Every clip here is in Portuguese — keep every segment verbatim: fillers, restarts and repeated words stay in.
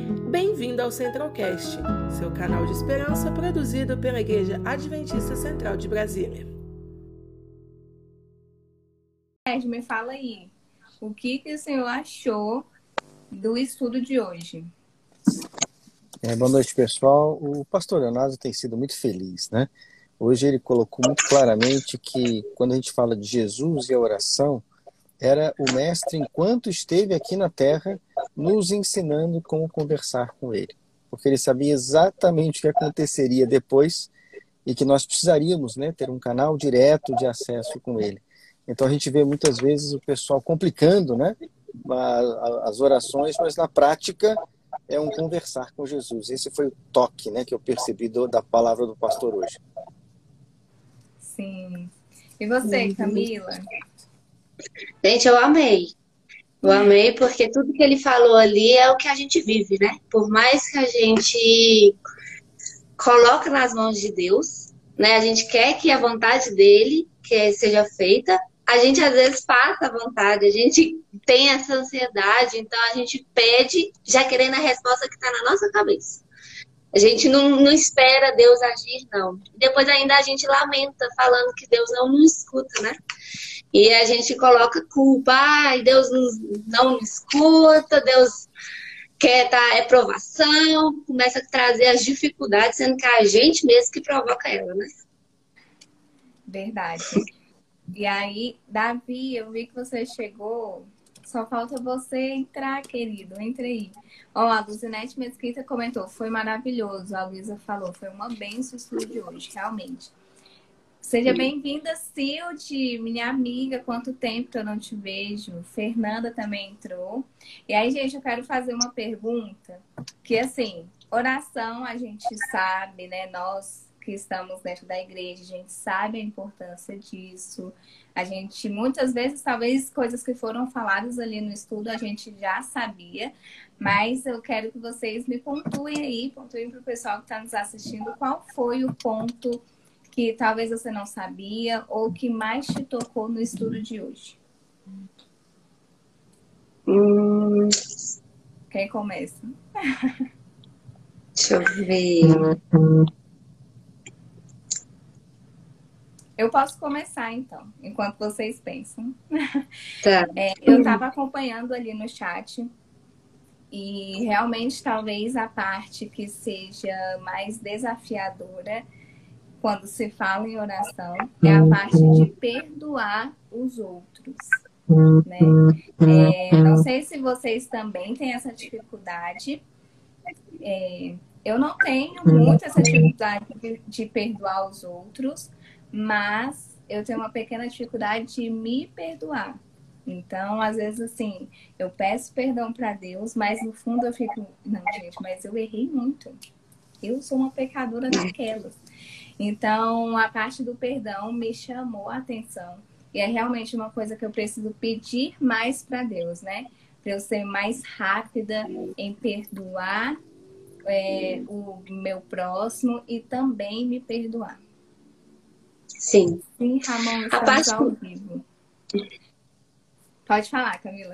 Bem-vindo ao Centralcast, seu canal de esperança produzido pela Igreja Adventista Central de Brasília. Ed, me fala aí, o que, que o senhor achou do estudo de hoje? É, boa noite, pessoal. O pastor Leonardo tem sido muito feliz, né? Hoje ele colocou muito claramente que quando a gente fala de Jesus e a oração, era o mestre, enquanto esteve aqui na Terra, nos ensinando como conversar com ele. Porque ele sabia exatamente o que aconteceria depois e que nós precisaríamos, né, ter um canal direto de acesso com ele. Então a gente vê muitas vezes o pessoal complicando, né, as orações, mas na prática é um conversar com Jesus. Esse foi o toque, né, que eu percebi do, da palavra do pastor hoje. Sim. E você, Camila? Gente, eu amei. Eu amei porque tudo que ele falou ali é o que a gente vive, né? Por mais que a gente coloque nas mãos de Deus, né? A gente quer que a vontade dele que seja feita. A gente às vezes passa a vontade, a gente tem essa ansiedade, então a gente pede já querendo a resposta que está na nossa cabeça. A gente não, não espera Deus agir, não. Depois ainda a gente lamenta, falando que Deus não nos escuta, né? E a gente coloca culpa, ai, Deus não, não me escuta, Deus quer tá, é provação, começa a trazer as dificuldades, sendo que é a gente mesmo que provoca ela, né? Verdade. E aí, Davi, eu vi que você chegou, só falta você entrar, querido, entre aí. Ó, a Luzinete Mesquita comentou, foi maravilhoso, a Luísa falou, foi uma bênção o estudo de hoje, realmente. Seja bem-vinda, Silde, minha amiga, quanto tempo que eu não te vejo. Fernanda também entrou. E aí, gente, eu quero fazer uma pergunta, que assim, oração a gente sabe, né, nós que estamos dentro da igreja, a gente sabe a importância disso. A gente, muitas vezes, talvez coisas que foram faladas ali no estudo, a gente já sabia, mas eu quero que vocês me pontuem aí, pontuem para o pessoal que está nos assistindo, qual foi o ponto que talvez você não sabia ou que mais te tocou no estudo de hoje? Hum, Quem começa? deixa eu ver. Eu posso começar, então, enquanto vocês pensam. Tá. É, eu estava acompanhando ali no chat e realmente talvez a parte que seja mais desafiadora quando se fala em oração, é a parte de perdoar os outros, né? É, não sei se vocês também têm essa dificuldade. É, eu não tenho muito essa dificuldade de, de perdoar os outros, mas eu tenho uma pequena dificuldade de me perdoar. Então, às vezes, assim, eu peço perdão para Deus, mas no fundo eu fico, não, gente, mas eu errei muito. Eu sou uma pecadora daquelas. Então, a parte do perdão me chamou a atenção. E é realmente uma coisa que eu preciso pedir mais para Deus, né? Para eu ser mais rápida em perdoar é, o meu próximo e também me perdoar. Sim. Sim, Ramon, estamos A parte... ao vivo. Pode falar, Camila.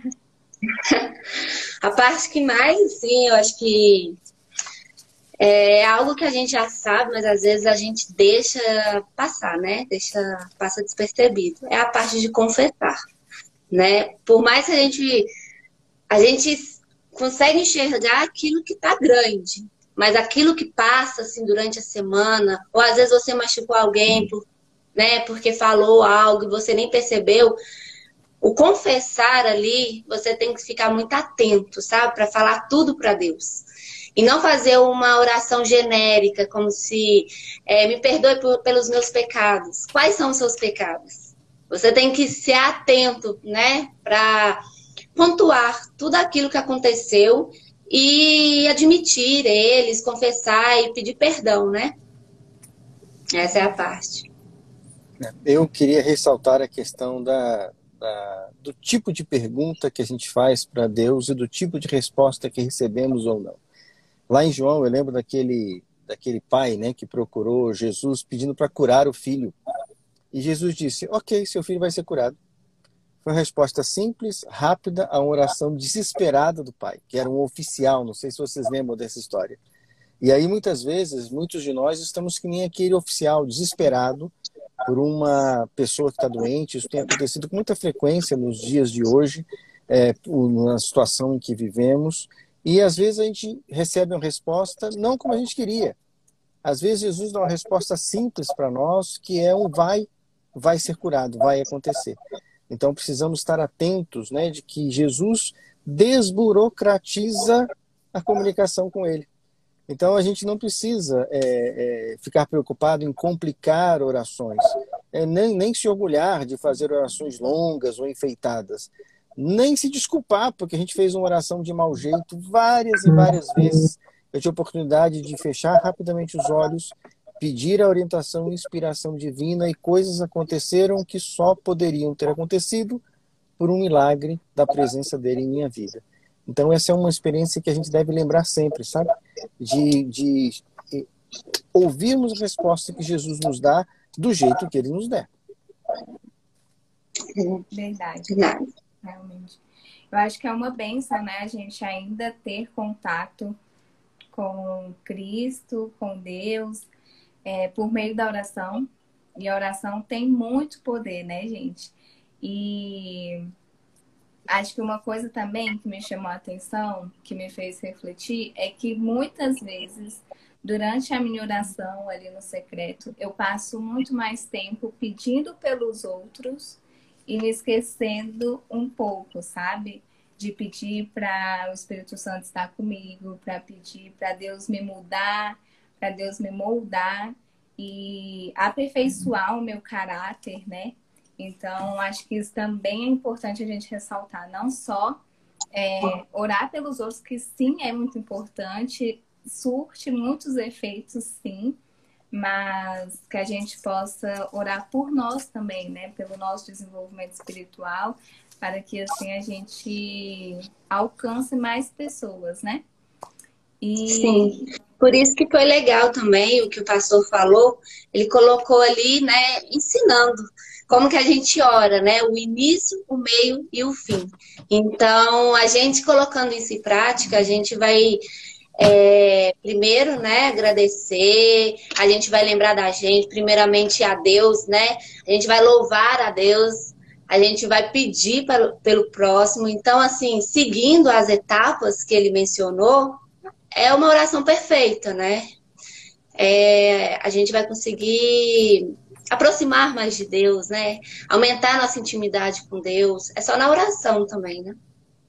A parte que mais, sim, eu acho que é algo que a gente já sabe, mas às vezes a gente deixa passar, né? Deixa, passa despercebido. É a parte de confessar, né? Por mais que a gente, a gente consegue enxergar aquilo que tá grande, mas aquilo que passa, assim, durante a semana, ou às vezes você machucou alguém, por, né? Porque falou algo e você nem percebeu. O confessar ali, você tem que ficar muito atento, sabe? Para falar tudo para Deus. E não fazer uma oração genérica, como se é, me perdoe por, pelos meus pecados. Quais são os seus pecados? Você tem que ser atento, né? Para pontuar tudo aquilo que aconteceu e admitir eles, confessar e pedir perdão, né? Essa é a parte. Eu queria ressaltar a questão da, da, do tipo de pergunta que a gente faz para Deus e do tipo de resposta que recebemos ou não. Lá em João, eu lembro daquele, daquele pai, né, que procurou Jesus pedindo para curar o filho. E Jesus disse, ok, seu filho vai ser curado. Foi uma resposta simples, rápida, a uma oração desesperada do pai, que era um oficial, não sei se vocês lembram dessa história. E aí, muitas vezes, muitos de nós estamos que nem aquele oficial, desesperado por uma pessoa que está doente. Isso tem acontecido com muita frequência nos dias de hoje, é, na situação em que vivemos. E, às vezes, a gente recebe uma resposta não como a gente queria. Às vezes, Jesus dá uma resposta simples para nós, que é um vai, vai ser curado, vai acontecer. Então, precisamos estar atentos, né, de que Jesus desburocratiza a comunicação com ele. Então, a gente não precisa é, é, ficar preocupado em complicar orações, é, nem, nem se orgulhar de fazer orações longas ou enfeitadas, nem se desculpar porque a gente fez uma oração de mau jeito várias e várias vezes. Eu tive a oportunidade de fechar rapidamente os olhos, pedir a orientação e inspiração divina, e coisas aconteceram que só poderiam ter acontecido por um milagre da presença dele em minha vida. Então essa é uma experiência que a gente deve lembrar sempre, sabe? De, de ouvirmos a resposta que Jesus nos dá do jeito que ele nos der. Verdade, realmente. Eu acho que é uma bênção, né? A gente ainda ter contato com Cristo, com Deus, É, por meio da oração. E a oração tem muito poder, né, gente? E acho que uma coisa também que me chamou a atenção, que me fez refletir, é que muitas vezes, durante a minha oração ali no secreto, eu passo muito mais tempo pedindo pelos outros e me esquecendo um pouco, sabe? De pedir para o Espírito Santo estar comigo, para pedir para Deus me mudar, para Deus me moldar e aperfeiçoar o meu caráter, né? Então, acho que isso também é importante a gente ressaltar. Não só é, orar pelos outros, que sim, é muito importante, surte muitos efeitos, sim, mas que a gente possa orar por nós também, né? Pelo nosso desenvolvimento espiritual, para que assim a gente alcance mais pessoas, né? E... Sim, por isso que foi legal também o que o pastor falou. Ele colocou ali, né, ensinando como que a gente ora, né? O início, o meio e o fim. Então, a gente colocando isso em prática, a gente vai é, primeiro, né, agradecer, a gente vai lembrar da gente, primeiramente a Deus, né? A gente vai louvar a Deus, a gente vai pedir para, pelo próximo. Então, assim, seguindo as etapas que ele mencionou, é uma oração perfeita, né? É, a gente vai conseguir aproximar mais de Deus, né? Aumentar a nossa intimidade com Deus. É só na oração também, né?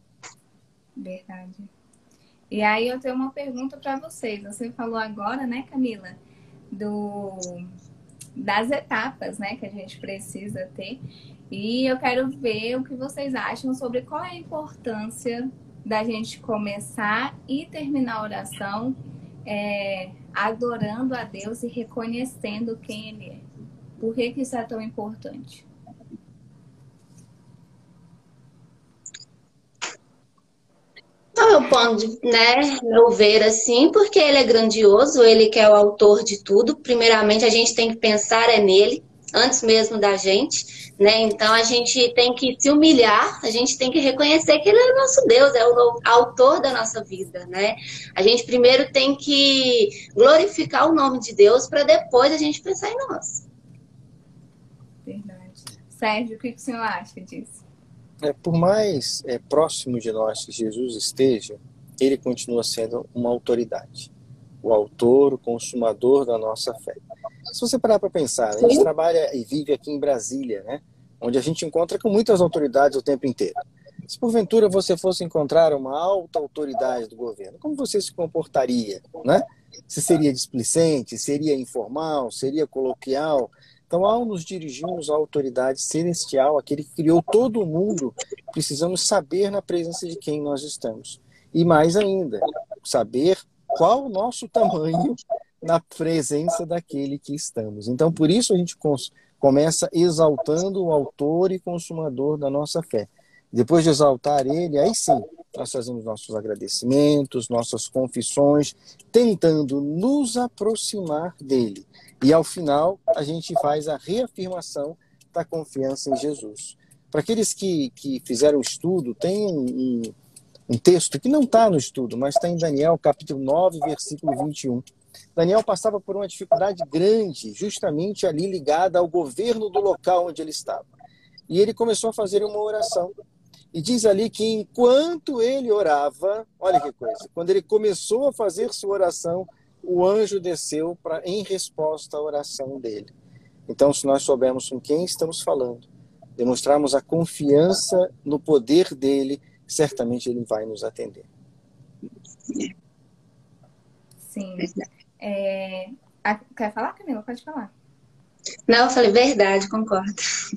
Verdade. E aí eu tenho uma pergunta para vocês. Você falou agora, né, Camila, do, das etapas, né, que a gente precisa ter. E eu quero ver o que vocês acham sobre qual é a importância da gente começar e terminar a oração é, adorando a Deus e reconhecendo quem Ele é. Por que que isso é tão importante? Então, eu pondo, né, meu ver assim, porque Ele é grandioso, Ele que é o autor de tudo. Primeiramente, a gente tem que pensar é nele, antes mesmo da gente, né? Então a gente tem que se humilhar, a gente tem que reconhecer que Ele é o nosso Deus, é o autor da nossa vida, né? A gente primeiro tem que glorificar o nome de Deus para depois a gente pensar em nós. Verdade. Sérgio, o que o senhor acha disso? É, por mais é, próximo de nós que Jesus esteja, Ele continua sendo uma autoridade, o autor, o consumador da nossa fé. Se você parar para pensar, a gente Sim. trabalha e vive aqui em Brasília, né? Onde a gente encontra com muitas autoridades o tempo inteiro. Se porventura você fosse encontrar uma alta autoridade do governo, como você se comportaria, né? Se seria displicente, seria informal, seria coloquial? Então, ao nos dirigirmos à autoridade celestial, aquele que criou todo o mundo, precisamos saber na presença de quem nós estamos. E mais ainda, saber qual o nosso tamanho na presença daquele que estamos. Então, por isso a gente começa exaltando o autor e consumador da nossa fé. Depois de exaltar ele, aí sim, nós fazemos nossos agradecimentos, nossas confissões, tentando nos aproximar dele. E ao final, a gente faz a reafirmação da confiança em Jesus. Para aqueles que, que fizeram o estudo, tem um, um, um texto que não está no estudo, mas está em Daniel, capítulo nove, versículo vinte e um. Daniel passava por uma dificuldade grande, justamente ali ligada ao governo do local onde ele estava. E ele começou a fazer uma oração. E diz ali que enquanto ele orava, olha que coisa, quando ele começou a fazer sua oração, o anjo desceu pra, em resposta à oração dele. Então, se nós soubermos com quem estamos falando, demonstrarmos a confiança no poder dele, certamente ele vai nos atender. Sim. É... Quer falar, Camila? Pode falar. Não, eu falei verdade, concordo.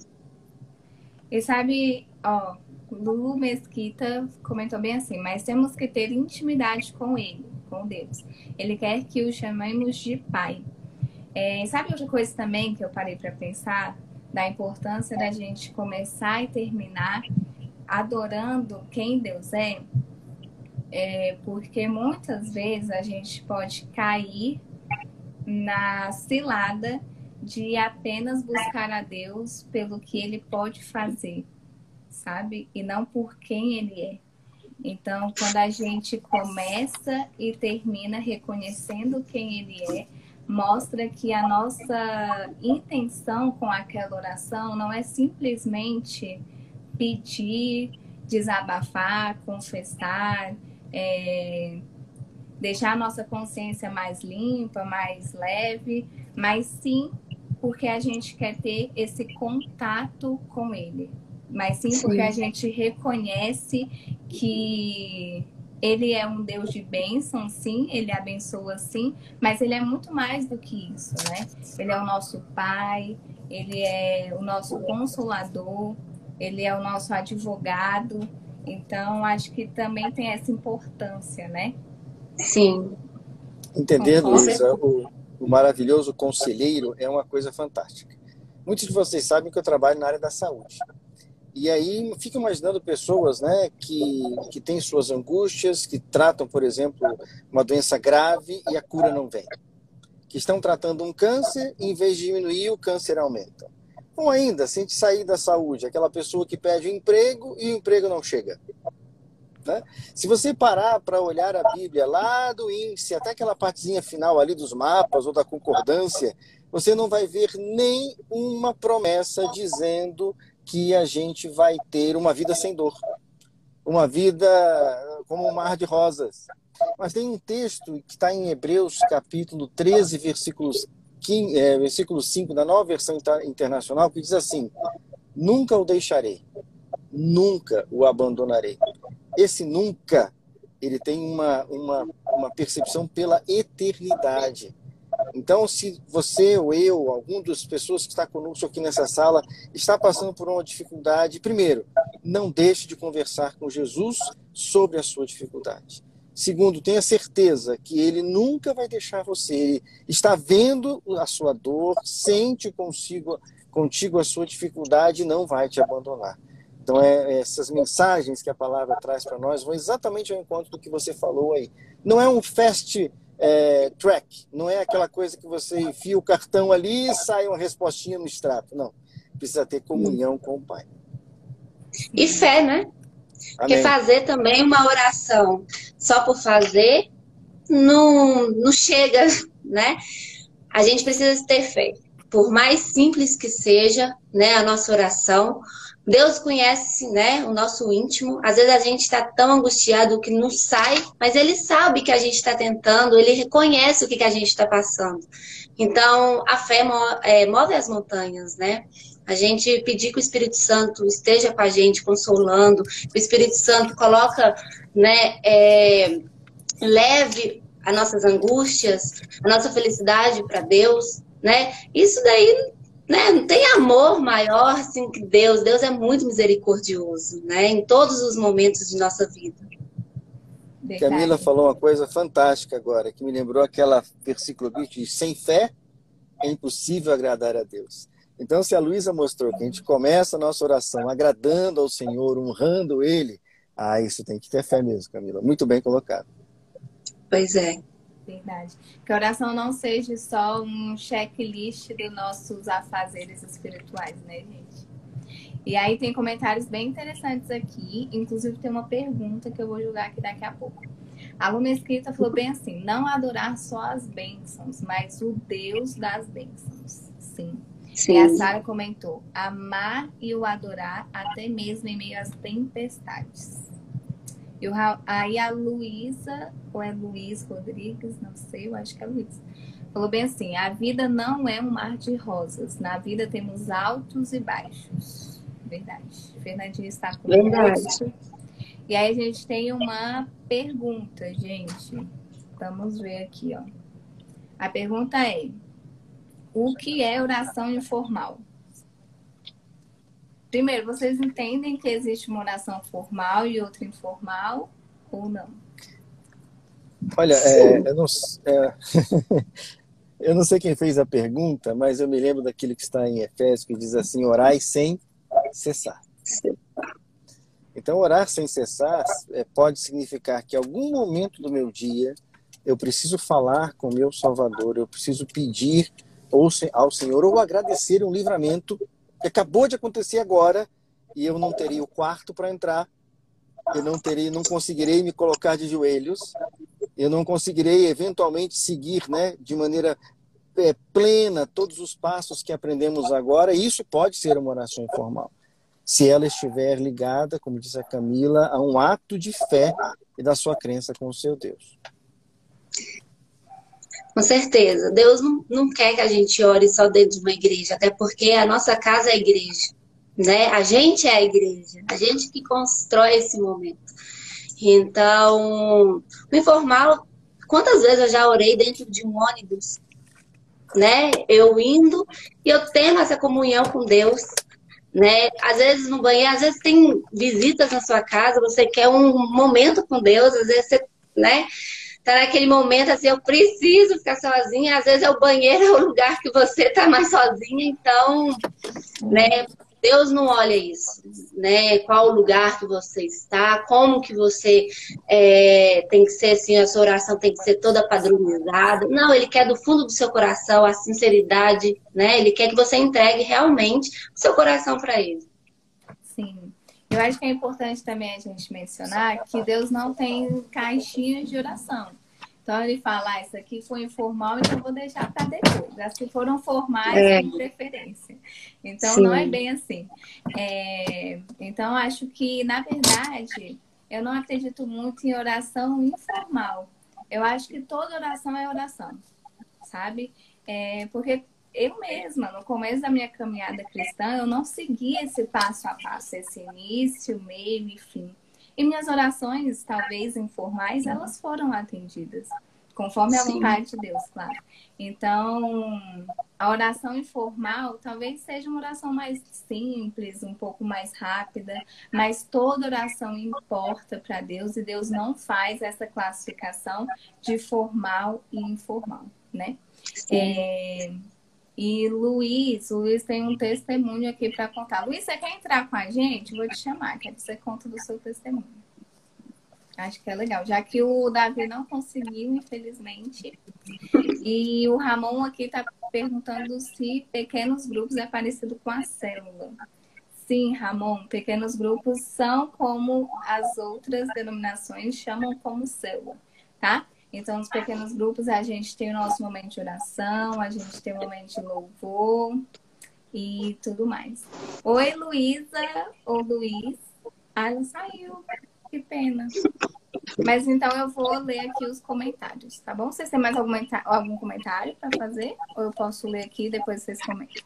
E sabe, ó, Lu Mesquita comentou bem assim, mas temos que ter intimidade com ele, com Deus. Ele quer que o chamemos de Pai. É, sabe outra coisa também que eu parei para pensar? Da importância da gente começar e terminar adorando quem Deus é? É, porque muitas vezes a gente pode cair na cilada de apenas buscar a Deus pelo que Ele pode fazer, sabe? E não por quem Ele é. Então, quando a gente começa e termina reconhecendo quem Ele é, mostra que a nossa intenção com aquela oração não é simplesmente pedir, desabafar, confessar, é, deixar a nossa consciência mais limpa, mais leve, mas sim porque a gente quer ter esse contato com Ele. Mas sim porque a gente reconhece que Ele é um Deus de bênção, sim, Ele abençoa, sim, mas Ele é muito mais do que isso, né? Ele é o nosso Pai, Ele é o nosso Consolador, Ele é o nosso advogado. Então, acho que também tem essa importância, né? Sim. Entender, Luísa, o, o maravilhoso conselheiro é uma coisa fantástica. Muitos de vocês sabem que eu trabalho na área da saúde. E aí fico imaginando pessoas, né, que, que têm suas angústias, que tratam, por exemplo, uma doença grave e a cura não vem. Que estão tratando um câncer e, em vez de diminuir, o câncer aumenta. Ou ainda, se a gente sair da saúde, aquela pessoa que pede um emprego e o emprego não chega. Né? Se você parar para olhar a Bíblia lá do índice, até aquela partezinha final ali dos mapas ou da concordância, você não vai ver nem uma promessa dizendo que a gente vai ter uma vida sem dor, uma vida como um mar de rosas. Mas tem um texto que está em Hebreus, capítulo treze, versículos quinze, é, versículo cinco, da Nova Versão Internacional, que diz assim: nunca o deixarei, nunca o abandonarei. Esse nunca, ele tem uma, uma, uma percepção pela eternidade. Então, se você ou eu, alguma das pessoas que está conosco aqui nessa sala, está passando por uma dificuldade, primeiro, não deixe de conversar com Jesus sobre a sua dificuldade. Segundo, tenha certeza que Ele nunca vai deixar você. Ele está vendo a sua dor, sente consigo, contigo a sua dificuldade e não vai te abandonar. Então, é, essas mensagens que a palavra traz para nós vão exatamente ao encontro do que você falou aí. Não é um fast é, track, não é aquela coisa que você enfia o cartão ali e sai uma respostinha no extrato. Não, precisa ter comunhão com o Pai. E fé, né? Amém. Porque fazer também uma oração só por fazer não, não chega, né? A gente precisa ter fé. Por mais simples que seja, né, a nossa oração, Deus conhece, né, o nosso íntimo. Às vezes a gente está tão angustiado que não sai, mas Ele sabe que a gente está tentando, Ele reconhece o que, que a gente está passando. Então, a fé é, move as montanhas, né? A gente pedir que o Espírito Santo esteja com a gente, consolando, que o Espírito Santo coloca, né, é, leve as nossas angústias, a nossa felicidade para Deus, né? Isso daí, né, não tem amor maior assim que Deus. Deus é muito misericordioso, né, em todos os momentos de nossa vida. Verdade. Camila falou uma coisa fantástica agora, que me lembrou aquela versículo que diz: sem fé é impossível agradar a Deus. Então, se a Luísa mostrou que a gente começa a nossa oração agradando ao Senhor, honrando Ele, ah, isso tem que ter fé mesmo, Camila. Muito bem colocado. Pois é. Verdade. Que a oração não seja só um checklist dos nossos afazeres espirituais, né, gente? E aí tem comentários bem interessantes aqui, inclusive tem uma pergunta que eu vou julgar aqui daqui a pouco. A Luna Escrita falou bem assim, não adorar só as bênçãos, mas o Deus das bênçãos. Sim. Sim. E a Sara comentou, amar e o adorar até mesmo em meio às tempestades. E o, aí a Luísa, ou é Luiz Rodrigues, não sei, eu acho que é Luiz, falou bem assim, a vida não é um mar de rosas, na vida temos altos e baixos. Verdade. Fernandinho está com Verdade. E aí a gente tem uma pergunta, gente. Vamos ver aqui, ó. A pergunta é, o que é oração informal? Primeiro, vocês entendem que existe uma oração formal e outra informal ou não? Olha, é, eu, não, é, eu não sei quem fez a pergunta, mas eu me lembro daquilo que está em Efésios, que diz assim, orai sem cessar. Então, orar sem cessar é, pode significar que em algum momento do meu dia eu preciso falar com o meu Salvador, eu preciso pedir ou, ao Senhor ou agradecer um livramento que acabou de acontecer agora e eu não teria o quarto para entrar, eu não, terei, não conseguirei me colocar de joelhos, eu não conseguirei eventualmente seguir, né, de maneira é, plena todos os passos que aprendemos agora. Isso pode ser uma oração informal, se ela estiver ligada, como diz a Camila, a um ato de fé e da sua crença com o seu Deus. Com certeza. Deus não, não quer que a gente ore só dentro de uma igreja, até porque a nossa casa é a igreja, né? A gente é a igreja, a gente que constrói esse momento. Então, o informal, quantas vezes eu já orei dentro de um ônibus, né? Eu indo e eu tendo essa comunhão com Deus, né? Às vezes no banheiro, às vezes tem visitas na sua casa, você quer um momento com Deus, às vezes você, né? Tá naquele momento assim, eu preciso ficar sozinha, às vezes é o banheiro, é o lugar que você tá mais sozinha, então, né? Deus não olha isso, né? Qual o lugar que você está, como que você é, tem que ser assim, a sua oração tem que ser toda padronizada. Não, ele quer do fundo do seu coração a sinceridade, né? Ele quer que você entregue realmente o seu coração para ele. Sim. Eu acho que é importante também a gente mencionar que Deus não tem caixinhas de oração. Então ele fala, ah, isso aqui foi informal, então eu vou deixar para depois. As que foram formais, é. com preferência. Então Sim. não é bem assim. É... Então acho que, na verdade, eu não acredito muito em oração informal. Eu acho que toda oração é oração, sabe? É... Porque eu mesma, no começo da minha caminhada cristã, eu não segui esse passo a passo, esse início, meio e fim. E minhas orações, talvez informais, elas foram atendidas, conforme a vontade de Deus, claro. Então, a oração informal talvez seja uma oração mais simples, um pouco mais rápida, mas toda oração importa para Deus e Deus não faz essa classificação de formal e informal, né? É... E Luiz, o Luiz tem um testemunho aqui para contar. Luiz, você quer entrar com a gente? Vou te chamar, quero que você conte do seu testemunho. Acho que é legal, já que o Davi não conseguiu, infelizmente. E o Ramon aqui está perguntando se pequenos grupos é parecido com a célula. Sim, Ramon, pequenos grupos são como as outras denominações chamam como célula, tá? Então, nos pequenos grupos, a gente tem o nosso momento de oração, a gente tem o momento de louvor e tudo mais. Oi, Luísa, ou Luiz. Ah, ela saiu. Que pena. Mas então eu vou ler aqui os comentários, tá bom? Vocês têm mais algum, algum comentário para fazer? Ou eu posso ler aqui e depois vocês comentam?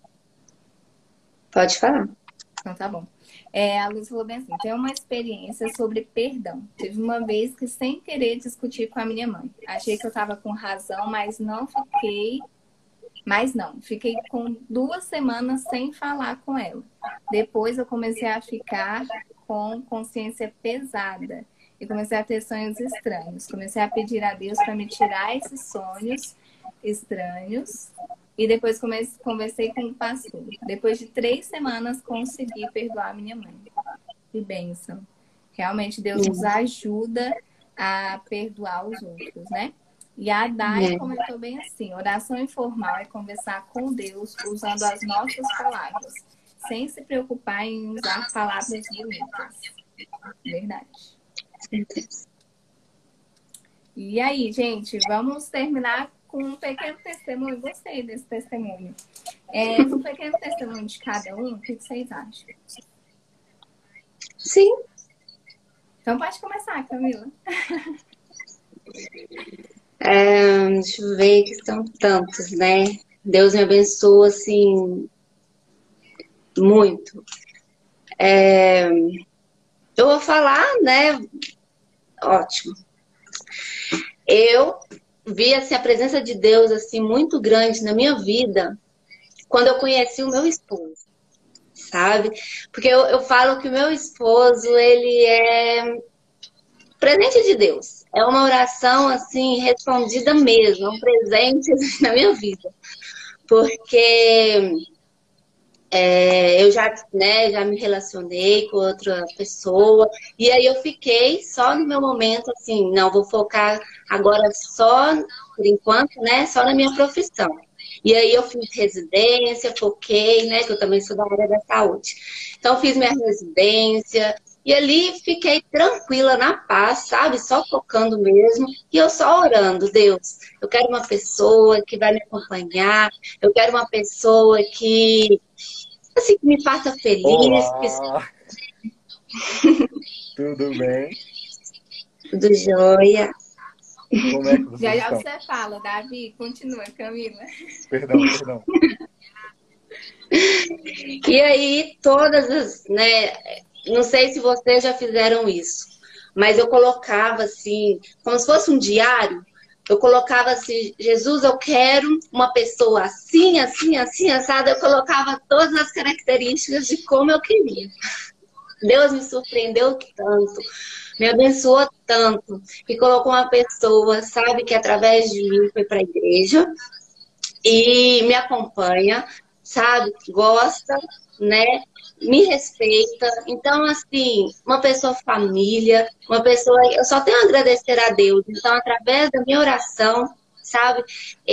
Pode falar. Então tá bom. É, a Luz falou bem assim, tem uma experiência sobre perdão. Teve uma vez que, sem querer, discutir com a minha mãe. Achei que eu estava com razão, mas não fiquei... Mas não, fiquei com duas semanas sem falar com ela. Depois eu comecei a ficar com consciência pesada. E comecei a ter sonhos estranhos. Comecei a pedir a Deus para me tirar esses sonhos estranhos. E depois comecei, conversei com o pastor. Depois de três semanas, consegui perdoar minha mãe. Que bênção. Realmente, Deus nos ajuda a perdoar os outros, né? E a Dai comentou bem assim, oração informal é conversar com Deus usando as nossas palavras. sem se preocupar em usar palavras bonitas. Verdade. E aí, gente, vamos terminar com um pequeno testemunho. Gostei desse testemunho. É, um pequeno testemunho de cada um. O que vocês acham? Sim. Então pode começar, Camila. É, deixa eu ver, que são tantos, né? Deus me abençoa, assim, muito. É, eu vou falar, né? Ótimo. Eu vi, assim, a presença de Deus, assim, muito grande na minha vida quando eu conheci o meu esposo, sabe? Porque eu, eu falo que o meu esposo, ele é presente de Deus. É uma oração, assim, respondida mesmo. É um presente assim, na minha vida. Porque é, eu já, né, já me relacionei com outra pessoa. E aí eu fiquei só no meu momento, assim, não, vou focar agora só, por enquanto, né, só na minha profissão. E aí eu fiz residência, foquei, né, que eu também sou da área da saúde. Então fiz minha residência. E ali fiquei tranquila, na paz, sabe? Só focando mesmo. E eu só orando, Deus, eu quero uma pessoa que vai me acompanhar. Eu quero uma pessoa que, assim, que me faça feliz. Olá! Que... Tudo bem? Tudo jóia. Como é que vocês Já já estão? você fala, Davi. Continua, Camila. Perdão, perdão. E aí, todas as, né... Não sei se vocês já fizeram isso, mas eu colocava assim, como se fosse um diário, eu colocava assim, Jesus, eu quero uma pessoa assim, assim, assim, assada. Eu colocava todas as características de como eu queria. Deus me surpreendeu tanto, me abençoou tanto, e colocou uma pessoa, sabe, que através de mim foi para a igreja e me acompanha, sabe, gosta, né? Me respeita. Então, assim, uma pessoa família, uma pessoa... Eu só tenho a agradecer a Deus. Então, através da minha oração, sabe?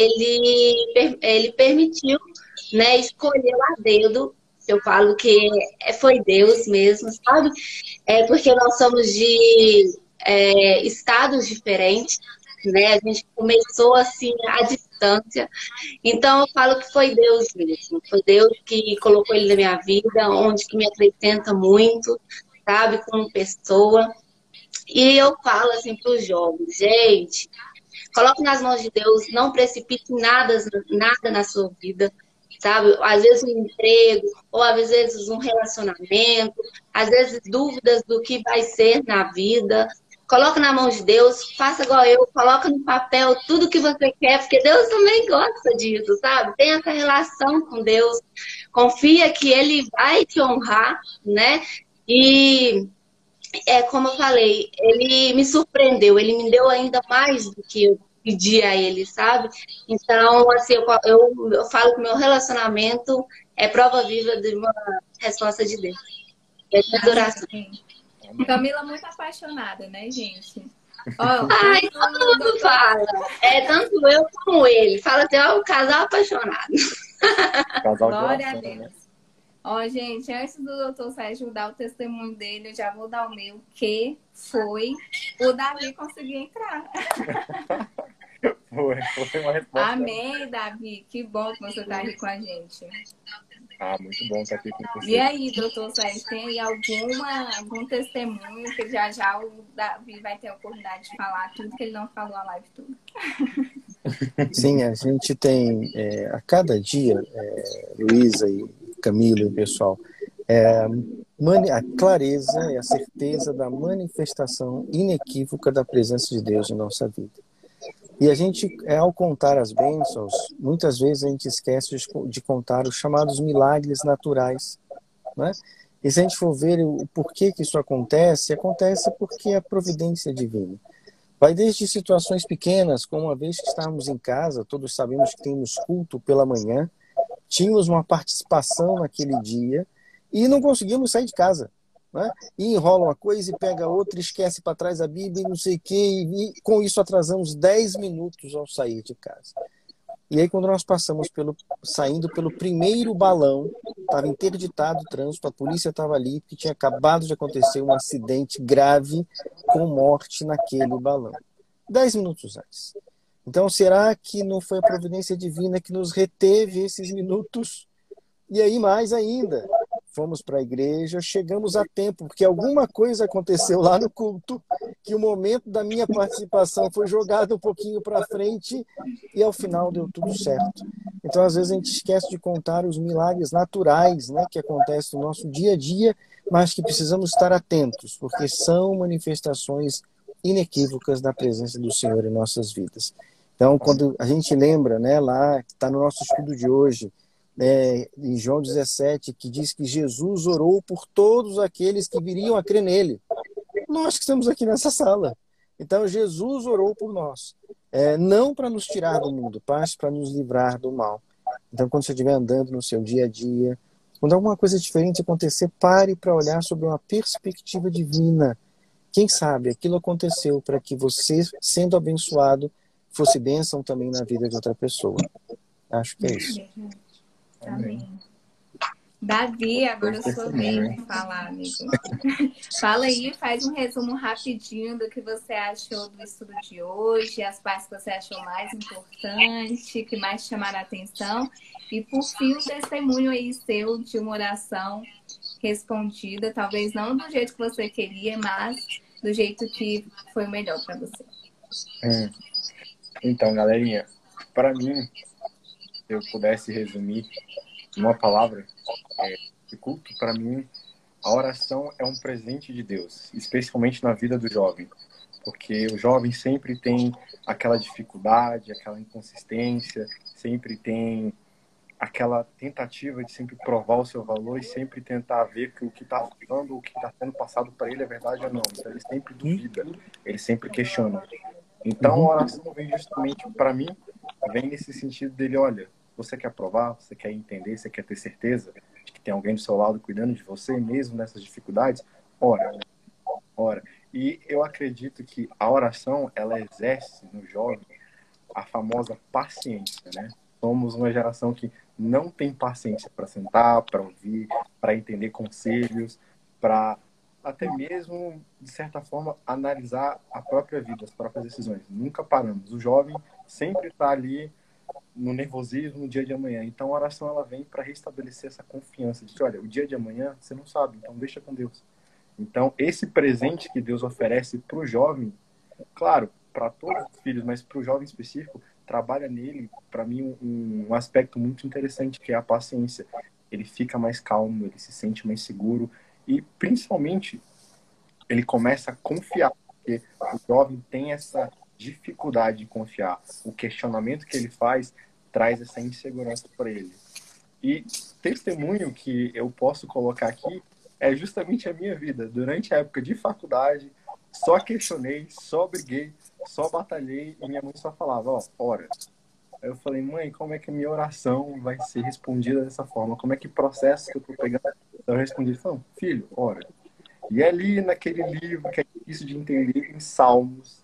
Ele, ele permitiu, né? Escolheu a dedo. Eu falo que foi Deus mesmo, sabe? É porque nós somos de é, estados diferentes, né? A gente começou, assim, à distância. Então, eu falo que foi Deus mesmo. Foi Deus que colocou ele na minha vida, onde que me acrescenta muito, sabe? Como pessoa. E eu falo, assim, para os jovens, gente, coloque nas mãos de Deus, não precipite nada, nada na sua vida, sabe? Às vezes um emprego, ou às vezes um relacionamento, às vezes dúvidas do que vai ser na vida. Coloca na mão de Deus, faça igual eu, coloca no papel tudo que você quer, porque Deus também gosta disso, sabe? Tem essa relação com Deus, confia que Ele vai te honrar, né? E é como eu falei, Ele me surpreendeu, Ele me deu ainda mais do que eu pedi a Ele, sabe? Então, assim, eu, eu, eu falo que meu relacionamento é prova viva de uma resposta de Deus. É de adoração. Camila muito apaixonada, né, gente? Ó, Ai, todo mundo fala. É tanto eu como ele. Fala assim, ó, o casal apaixonado. Casal Glória de a Deus. Ó, gente, antes do doutor Sérgio dar o testemunho dele, eu já vou dar o meu, que foi o Davi conseguir entrar. Foi, foi uma resposta. Amém, Davi. Que bom que você tá aqui com a gente. Ah, muito bom estar aqui com você. E aí, doutor Sérgio, tem aí alguma, algum testemunho que já já o Davi vai ter a oportunidade de falar tudo que ele não falou a live toda? Sim, a gente tem é, a cada dia, é, Luísa e Camila e o pessoal, é, a clareza e a certeza da manifestação inequívoca da presença de Deus em nossa vida. E a gente, ao contar as bênçãos, muitas vezes a gente esquece de, de contar os chamados milagres naturais, né? E se a gente for ver o porquê que isso acontece, acontece porque é a providência divina. Vai desde situações pequenas, como uma vez que estávamos em casa, todos sabemos que temos culto pela manhã, tínhamos uma participação naquele dia e não conseguimos sair de casa. Né? E enrola uma coisa e pega outra, esquece para trás a Bíblia e não sei o que, e com isso atrasamos dez minutos ao sair de casa. E aí, quando nós passamos pelo, saindo pelo primeiro balão, estava interditado o trânsito, a polícia estava ali, porque tinha acabado de acontecer um acidente grave com morte naquele balão. Dez minutos antes. Então, será que não foi a providência divina que nos reteve esses minutos? E aí, mais ainda, fomos para a igreja, chegamos a tempo, porque alguma coisa aconteceu lá no culto, que o momento da minha participação foi jogado um pouquinho para frente e ao final deu tudo certo. Então, às vezes, a gente esquece de contar os milagres naturais, né, que acontecem no nosso dia a dia, mas que precisamos estar atentos, porque são manifestações inequívocas da presença do Senhor em nossas vidas. Então, quando a gente lembra, né, lá, que está no nosso estudo de hoje, É, em João dezessete, que diz que Jesus orou por todos aqueles que viriam a crer nele. Nós que estamos aqui nessa sala. Então, Jesus orou por nós. É, não para nos tirar do mundo, mas para nos livrar do mal. Então, quando você estiver andando no seu dia a dia, quando alguma coisa diferente acontecer, pare para olhar sobre uma perspectiva divina. Quem sabe aquilo aconteceu para que você, sendo abençoado, fosse bênção também na vida de outra pessoa. Acho que é isso. Amém. Davi, agora eu sou vez de falar, amigo. Fala aí, faz um resumo rapidinho do que você achou do estudo de hoje, as partes que você achou mais importante, que mais chamaram a atenção. E, por fim, um testemunho aí seu de uma oração respondida, talvez não do jeito que você queria, mas do jeito que foi o melhor para você. Hum. Então, galerinha, para mim, se eu pudesse resumir uma palavra, é, de culto, para mim, a oração é um presente de Deus, especialmente na vida do jovem, porque o jovem sempre tem aquela dificuldade, aquela inconsistência, sempre tem aquela tentativa de sempre provar o seu valor e sempre tentar ver que o que está falando, o que está sendo passado para ele é verdade ou não. Então ele sempre duvida, ele sempre questiona. Então a oração vem justamente, para mim, vem nesse sentido dele, olha, você quer provar, você quer entender, você quer ter certeza de que tem alguém do seu lado cuidando de você, mesmo nessas dificuldades? Ora, ora. E eu acredito que a oração, ela exerce no jovem a famosa paciência, né? Somos uma geração que não tem paciência para sentar, para ouvir, para entender conselhos, para até mesmo, de certa forma, analisar a própria vida, as próprias decisões. Nunca paramos. O jovem sempre está ali no nervosismo no dia de amanhã. Então, a oração ela vem para restabelecer essa confiança de que, olha, o dia de amanhã você não sabe, então deixa com Deus. Então, esse presente que Deus oferece para o jovem, claro, para todos os filhos, mas para o jovem específico, trabalha nele, para mim, um, um aspecto muito interessante, que é a paciência. Ele fica mais calmo, ele se sente mais seguro e, principalmente, ele começa a confiar, porque o jovem tem essa dificuldade de confiar. O questionamento que ele faz traz essa insegurança para ele. E testemunho que eu posso colocar aqui é justamente a minha vida. Durante a época de faculdade, só questionei, só briguei, só batalhei e minha mãe só falava, ó, ora. Aí eu falei, mãe, como é que a minha oração vai ser respondida dessa forma? Como é que processo que eu tô pegando? Eu respondi, falei, filho, ora. E ali naquele livro que é difícil de entender, em Salmos,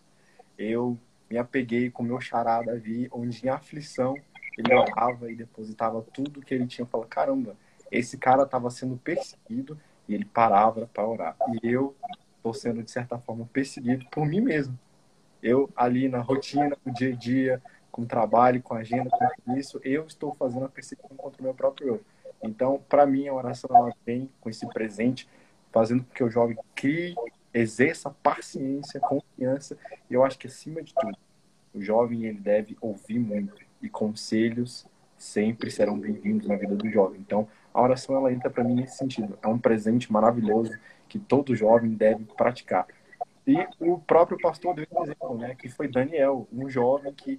eu me apeguei com o meu xará Davi, onde em aflição ele orava e depositava tudo que ele tinha. Eu falei, caramba, esse cara estava sendo perseguido e ele parava para orar. E eu estou sendo, de certa forma, perseguido por mim mesmo. Eu ali na rotina, no dia a dia, com o trabalho, com a agenda, com tudo isso, eu estou fazendo a perseguição contra o meu próprio eu. Então, para mim, a oração ela vem com esse presente, fazendo com que o jovem crie, exerça paciência, confiança. E eu acho que, acima de tudo, o jovem ele deve ouvir muito. E conselhos sempre serão bem-vindos na vida do jovem. Então, a oração ela entra para mim nesse sentido. É um presente maravilhoso que todo jovem deve praticar. E o próprio pastor deu um exemplo, né? Que foi Daniel, um jovem que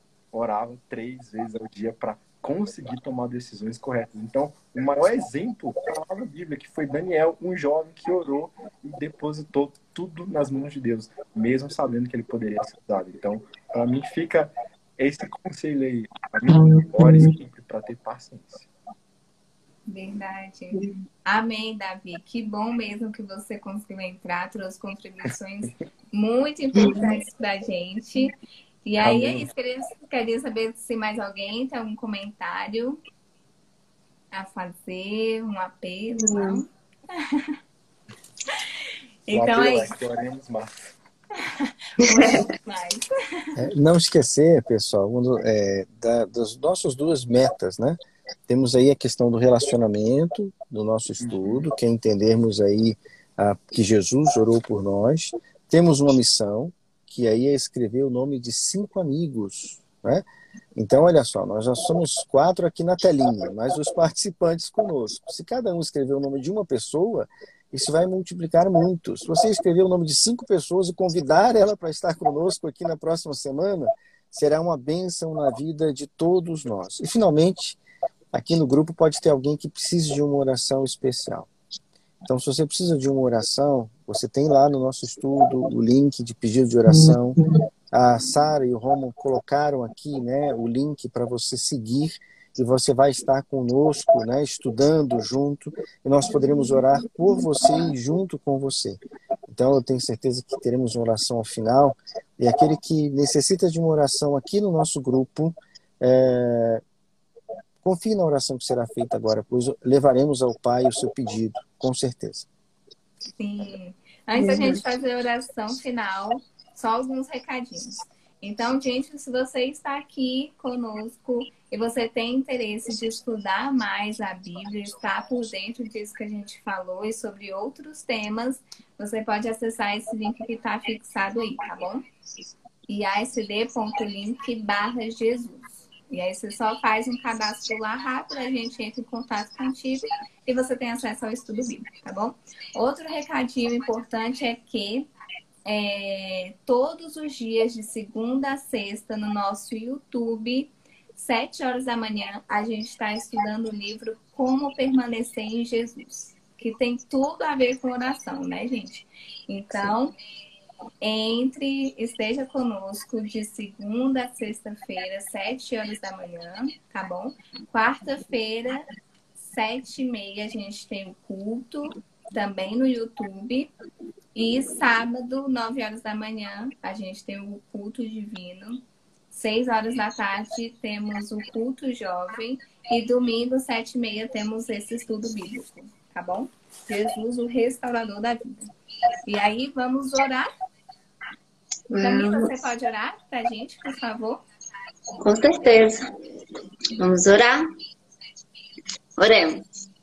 orava três vezes ao dia para conseguir tomar decisões corretas. Então, o maior exemplo está lá na Bíblia, que foi Daniel, um jovem que orou e depositou tudo nas mãos de Deus, mesmo sabendo que ele poderia ser usado. Então, para mim, fica esse conselho aí. Para mim, ore sempre para ter paciência. Verdade. Amém, Davi. Que bom mesmo que você conseguiu entrar, trouxe contribuições muito importantes para a gente. E aí é Amém. isso, queria, queria saber se mais alguém tem algum comentário a fazer, um apelo, não? Então o é apelo isso. é que oremos mais. Oremos mais. É, não esquecer, pessoal, um do- é, da, das nossas duas metas, né? Temos aí a questão do relacionamento do nosso estudo, que é entendermos aí ah, que Jesus orou por nós. Temos uma missão, que aí é escrever o nome de cinco amigos, né? Então, olha só, nós já somos quatro aqui na telinha, mas os participantes conosco. Se cada um escrever o nome de uma pessoa, isso vai multiplicar muito. Se você escrever o nome de cinco pessoas e convidar ela para estar conosco aqui na próxima semana, será uma bênção na vida de todos nós. E, finalmente, aqui no grupo pode ter alguém que precise de uma oração especial. Então, se você precisa de uma oração, você tem lá no nosso estudo o link de pedido de oração. A Sara e o Romulo colocaram aqui, né, o link para você seguir e você vai estar conosco, né, estudando junto, e nós poderemos orar por você e junto com você. Então, eu tenho certeza que teremos uma oração ao final, e aquele que necessita de uma oração aqui no nosso grupo, é, confie na oração que será feita agora, pois levaremos ao Pai o seu pedido, com certeza. Sim. Antes da gente fazer a oração final, só alguns recadinhos. Então, gente, se você está aqui conosco e você tem interesse de estudar mais a Bíblia, estar por dentro disso que a gente falou e sobre outros temas, você pode acessar esse link que está fixado aí, tá bom? iasd.link barra Jesus. E aí você só faz um cadastro lá rápido, a gente entra em contato contigo e você tem acesso ao estudo bíblico, tá bom? Outro recadinho importante é que é, todos os dias, de segunda a sexta, no nosso YouTube, sete horas da manhã, a gente está estudando o livro Como Permanecer em Jesus, que tem tudo a ver com oração, né, gente? Então, entre, esteja conosco de segunda a sexta-feira, sete horas da manhã, tá bom? Quarta-feira, sete e meia, a gente tem o culto, também no YouTube. E sábado, nove horas da manhã, a gente tem o culto divino. seis horas da tarde, temos o culto jovem. E domingo, sete e meia, temos esse estudo bíblico, tá bom? Jesus, o restaurador da vida. E aí, vamos orar? Camila, você pode orar pra gente, por favor? Com certeza. Vamos orar? Oremos.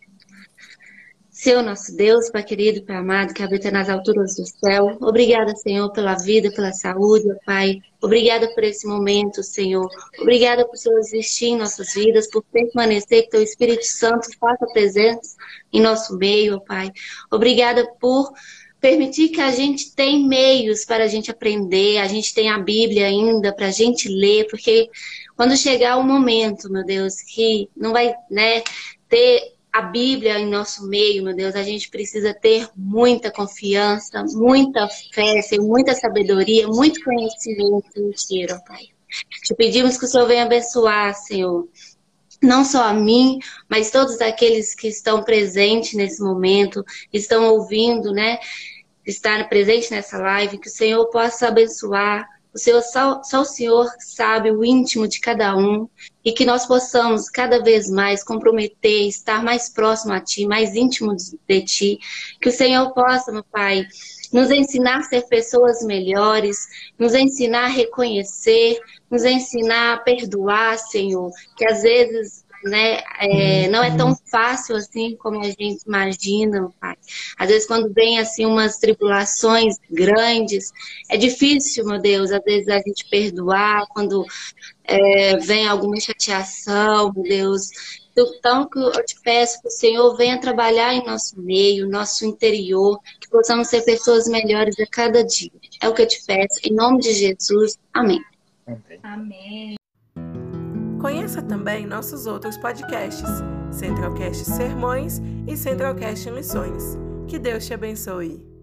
Senhor nosso Deus, Pai querido, Pai amado, que habita nas alturas do céu. Obrigada, Senhor, pela vida, pela saúde, Pai. Obrigada por esse momento, Senhor. Obrigada por Senhor existir em nossas vidas, por permanecer, que Teu Espírito Santo faça presença em nosso meio, Pai. Obrigada por permitir que a gente tem meios para a gente aprender, a gente tem a Bíblia ainda para a gente ler, porque quando chegar o momento, meu Deus, que não vai, né, ter a Bíblia em nosso meio, meu Deus, a gente precisa ter muita confiança, muita fé, muita sabedoria, muito conhecimento mentira, Pai. Te pedimos que o Senhor venha abençoar, Senhor, não só a mim, mas todos aqueles que estão presentes nesse momento, estão ouvindo, né, estar presente nessa live, que o Senhor possa abençoar. O Senhor, só, só o Senhor sabe o íntimo de cada um e que nós possamos cada vez mais comprometer, estar mais próximo a Ti, mais íntimo de Ti. Que o Senhor possa, meu Pai, nos ensinar a ser pessoas melhores, nos ensinar a reconhecer, nos ensinar a perdoar, Senhor, que às vezes, né, é, não é tão fácil assim como a gente imagina, meu Pai. Às vezes quando vem assim umas tribulações grandes, é difícil, meu Deus, às vezes a gente perdoar, quando é, vem alguma chateação, meu Deus. Então, que eu te peço que o Senhor venha trabalhar em nosso meio, nosso interior, que possamos ser pessoas melhores a cada dia. É o que eu te peço, em nome de Jesus. Amém. Amém. Amém. Conheça também nossos outros podcasts, Centralcast Sermões e Centralcast Missões. Que Deus te abençoe.